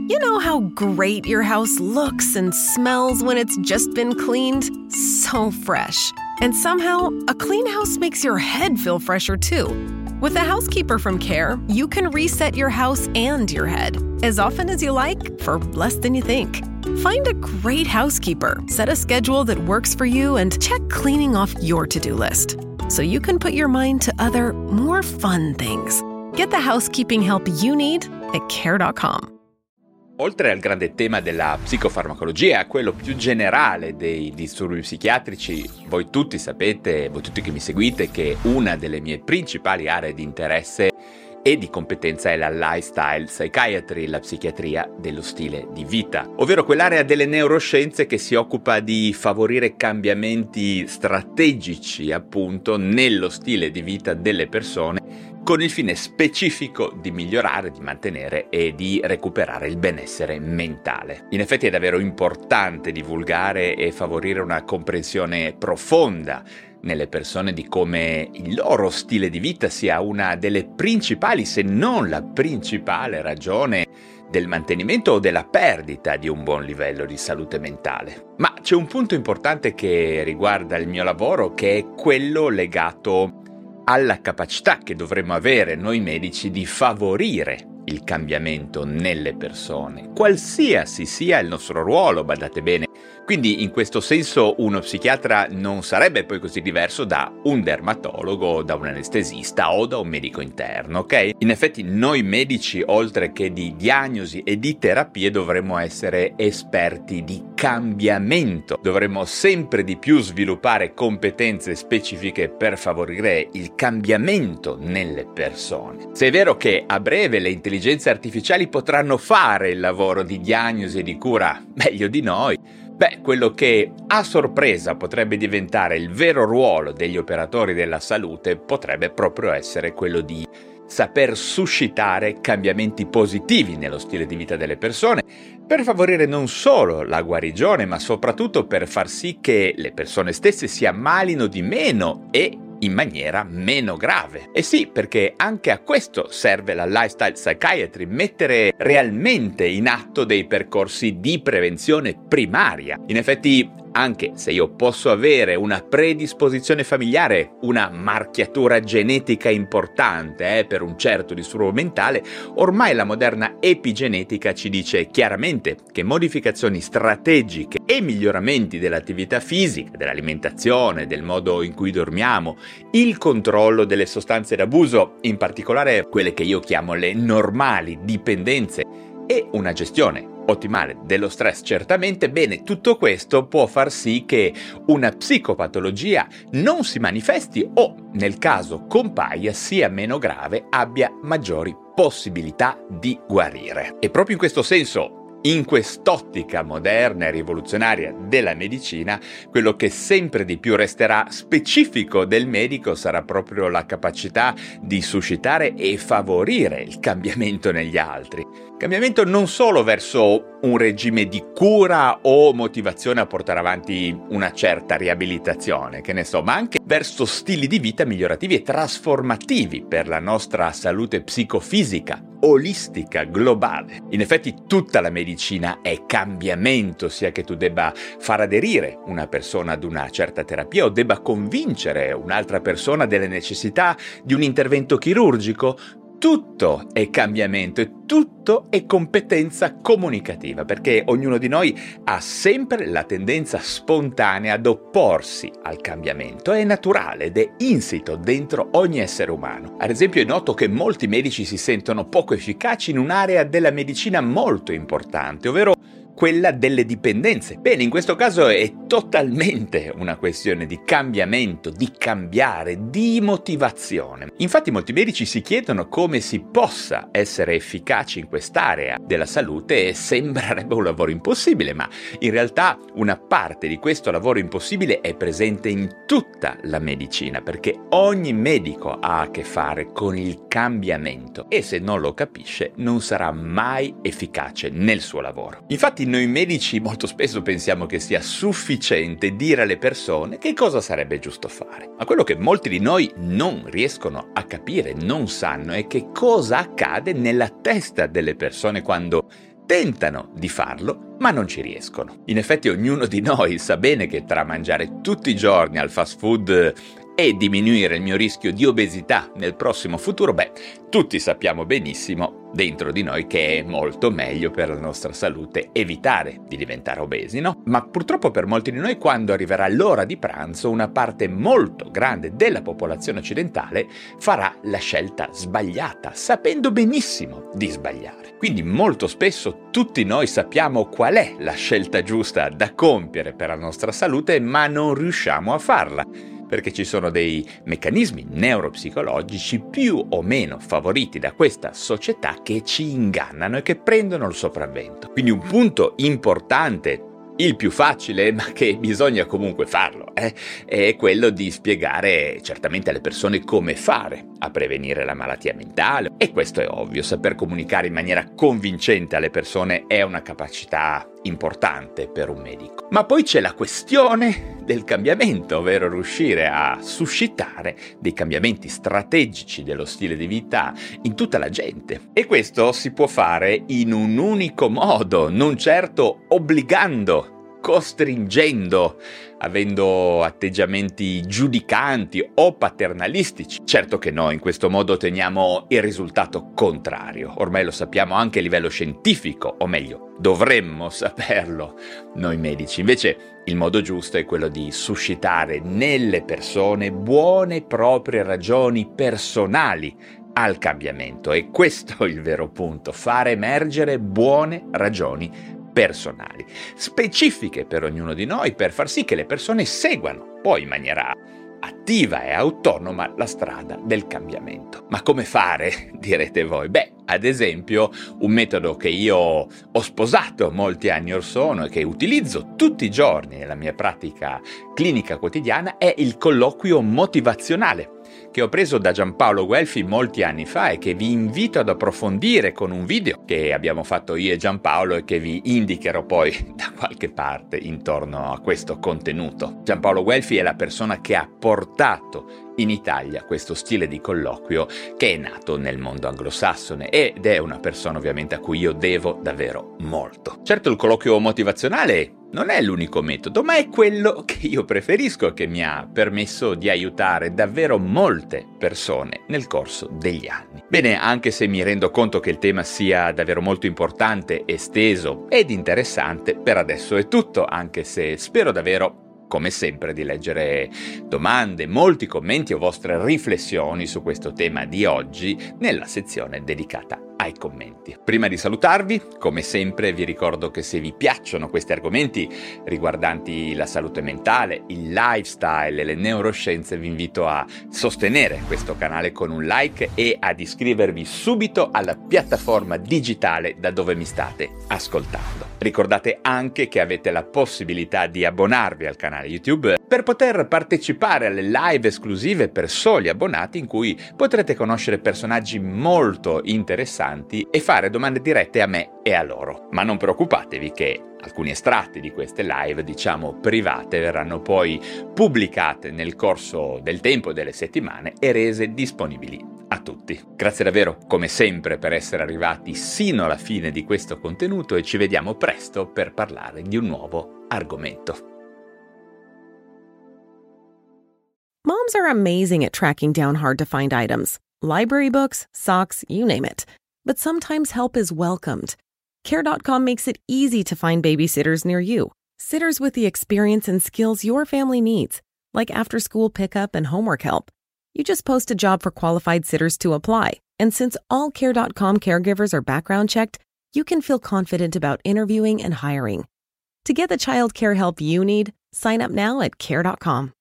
You know how great your house looks and smells when it's just been cleaned? So fresh. And somehow, a clean house makes your head feel fresher too. With a housekeeper from Care, you can reset your house and your head as often as you like for less than you think. Find a great housekeeper, set a schedule that works for you, and check cleaning off your to-do list so you can put your mind to other, more fun things. Get the housekeeping help you need at care.com. Oltre al grande tema della psicofarmacologia, a quello più generale dei disturbi psichiatrici, voi tutti sapete, voi tutti che mi seguite, che una delle mie principali aree di interesse e di competenza è la lifestyle psychiatry, la psichiatria dello stile di vita, ovvero quell'area delle neuroscienze che si occupa di favorire cambiamenti strategici, appunto, nello stile di vita delle persone, con il fine specifico di migliorare, di mantenere e di recuperare il benessere mentale. In effetti è davvero importante divulgare e favorire una comprensione profonda nelle persone di come il loro stile di vita sia una delle principali, se non la principale ragione del mantenimento o della perdita di un buon livello di salute mentale. Ma c'è un punto importante che riguarda il mio lavoro, che è quello legato alla capacità che dovremmo avere noi medici di favorire il cambiamento nelle persone, qualsiasi sia il nostro ruolo, badate bene. Quindi in questo senso uno psichiatra non sarebbe poi così diverso da un dermatologo, da un anestesista o da un medico interno, ok? In effetti noi medici, oltre che di diagnosi e di terapie, dovremmo essere esperti di cambiamento. Dovremmo sempre di più sviluppare competenze specifiche per favorire il cambiamento nelle persone. Se è vero che a breve le intelligenze artificiali potranno fare il lavoro di diagnosi e di cura meglio di noi, quello che a sorpresa potrebbe diventare il vero ruolo degli operatori della salute potrebbe proprio essere quello di saper suscitare cambiamenti positivi nello stile di vita delle persone per favorire non solo la guarigione, ma soprattutto per far sì che le persone stesse si ammalino di meno e in maniera meno grave. E sì, perché anche a questo serve la lifestyle psychiatry, mettere realmente in atto dei percorsi di prevenzione primaria. In effetti, anche se io posso avere una predisposizione familiare, una marchiatura genetica importante per un certo disturbo mentale, ormai la moderna epigenetica ci dice chiaramente che modificazioni strategiche e miglioramenti dell'attività fisica, dell'alimentazione, del modo in cui dormiamo, il controllo delle sostanze d'abuso, in particolare quelle che io chiamo le normali dipendenze, e una gestione ottimale dello stress, certamente, tutto questo può far sì che una psicopatologia non si manifesti o, nel caso compaia, sia meno grave, abbia maggiori possibilità di guarire. E proprio in questo senso, in quest'ottica moderna e rivoluzionaria della medicina, quello che sempre di più resterà specifico del medico sarà proprio la capacità di suscitare e favorire il cambiamento negli altri. Cambiamento non solo verso un regime di cura o motivazione a portare avanti una certa riabilitazione, ma anche verso stili di vita migliorativi e trasformativi per la nostra salute psicofisica, olistica, globale. In effetti tutta la medicina è cambiamento, sia che tu debba far aderire una persona ad una certa terapia o debba convincere un'altra persona delle necessità di un intervento chirurgico. Tutto è cambiamento e tutto è competenza comunicativa, perché ognuno di noi ha sempre la tendenza spontanea ad opporsi al cambiamento. È naturale ed è insito dentro ogni essere umano. Ad esempio, è noto che molti medici si sentono poco efficaci in un'area della medicina molto importante, ovvero quella delle dipendenze. In questo caso è totalmente una questione di cambiamento, di cambiare, di motivazione. Infatti molti medici si chiedono come si possa essere efficaci in quest'area della salute e sembrerebbe un lavoro impossibile, ma in realtà una parte di questo lavoro impossibile è presente in tutta la medicina, perché ogni medico ha a che fare con il cambiamento e se non lo capisce non sarà mai efficace nel suo lavoro. Infatti noi medici molto spesso pensiamo che sia sufficiente dire alle persone che cosa sarebbe giusto fare, ma quello che molti di noi non riescono a capire, non sanno, è che cosa accade nella testa delle persone quando tentano di farlo, ma non ci riescono. In effetti ognuno di noi sa bene che tra mangiare tutti i giorni al fast food e diminuire il mio rischio di obesità nel prossimo futuro, tutti sappiamo benissimo dentro di noi che è molto meglio per la nostra salute evitare di diventare obesi, no? Ma purtroppo per molti di noi, quando arriverà l'ora di pranzo, una parte molto grande della popolazione occidentale farà la scelta sbagliata, sapendo benissimo di sbagliare. Quindi molto spesso tutti noi sappiamo qual è la scelta giusta da compiere per la nostra salute, ma non riusciamo a farla, perché ci sono dei meccanismi neuropsicologici più o meno favoriti da questa società che ci ingannano e che prendono il sopravvento. Quindi un punto importante, il più facile, ma che bisogna comunque farlo, è quello di spiegare certamente alle persone come fare a prevenire la malattia mentale. E questo è ovvio, saper comunicare in maniera convincente alle persone è una capacità importante per un medico. Ma poi c'è la questione del cambiamento, ovvero riuscire a suscitare dei cambiamenti strategici dello stile di vita in tutta la gente. E questo si può fare in un unico modo, non certo obbligando, costringendo, avendo atteggiamenti giudicanti o paternalistici. Certo che noi in questo modo otteniamo il risultato contrario. Ormai lo sappiamo anche a livello scientifico, o meglio, dovremmo saperlo noi medici. Invece il modo giusto è quello di suscitare nelle persone buone proprie ragioni personali al cambiamento. E questo è il vero punto, fare emergere buone ragioni personali, specifiche per ognuno di noi, per far sì che le persone seguano poi in maniera attiva e autonoma la strada del cambiamento. Ma come fare, direte voi? Ad esempio, un metodo che io ho sposato molti anni or sono e che utilizzo tutti i giorni nella mia pratica clinica quotidiana è il colloquio motivazionale, che ho preso da Giampaolo Guelfi molti anni fa e che vi invito ad approfondire con un video che abbiamo fatto io e Giampaolo e che vi indicherò poi da qualche parte intorno a questo contenuto. Giampaolo Guelfi è la persona che ha portato in Italia questo stile di colloquio che è nato nel mondo anglosassone ed è una persona ovviamente a cui io devo davvero molto. Certo, il colloquio motivazionale non è l'unico metodo, ma è quello che io preferisco e che mi ha permesso di aiutare davvero molte persone nel corso degli anni. Bene, anche se mi rendo conto che il tema sia davvero molto importante, esteso ed interessante, per adesso è tutto, anche se spero davvero, come sempre, di leggere domande, molti commenti o vostre riflessioni su questo tema di oggi nella sezione dedicata ai commenti. Prima di salutarvi, come sempre, vi ricordo che se vi piacciono questi argomenti riguardanti la salute mentale, il lifestyle e le neuroscienze, vi invito a sostenere questo canale con un like e ad iscrivervi subito alla piattaforma digitale da dove mi state ascoltando. Ricordate anche che avete la possibilità di abbonarvi al canale YouTube per poter partecipare alle live esclusive per soli abbonati, in cui potrete conoscere personaggi molto interessanti e fare domande dirette a me e a loro. Ma non preoccupatevi che alcuni estratti di queste live, diciamo private, verranno poi pubblicate nel corso del tempo e delle settimane e rese disponibili a tutti. Grazie davvero, come sempre, per essere arrivati sino alla fine di questo contenuto e ci vediamo presto per parlare di un nuovo argomento. Moms are amazing at tracking down hard-to-find items. Library books, socks, you name it. But sometimes help is welcomed. Care.com makes it easy to find babysitters near you. Sitters with the experience and skills your family needs, like after-school pickup and homework help. You just post a job for qualified sitters to apply. And since all Care.com caregivers are background checked, you can feel confident about interviewing and hiring. To get the child care help you need, sign up now at Care.com.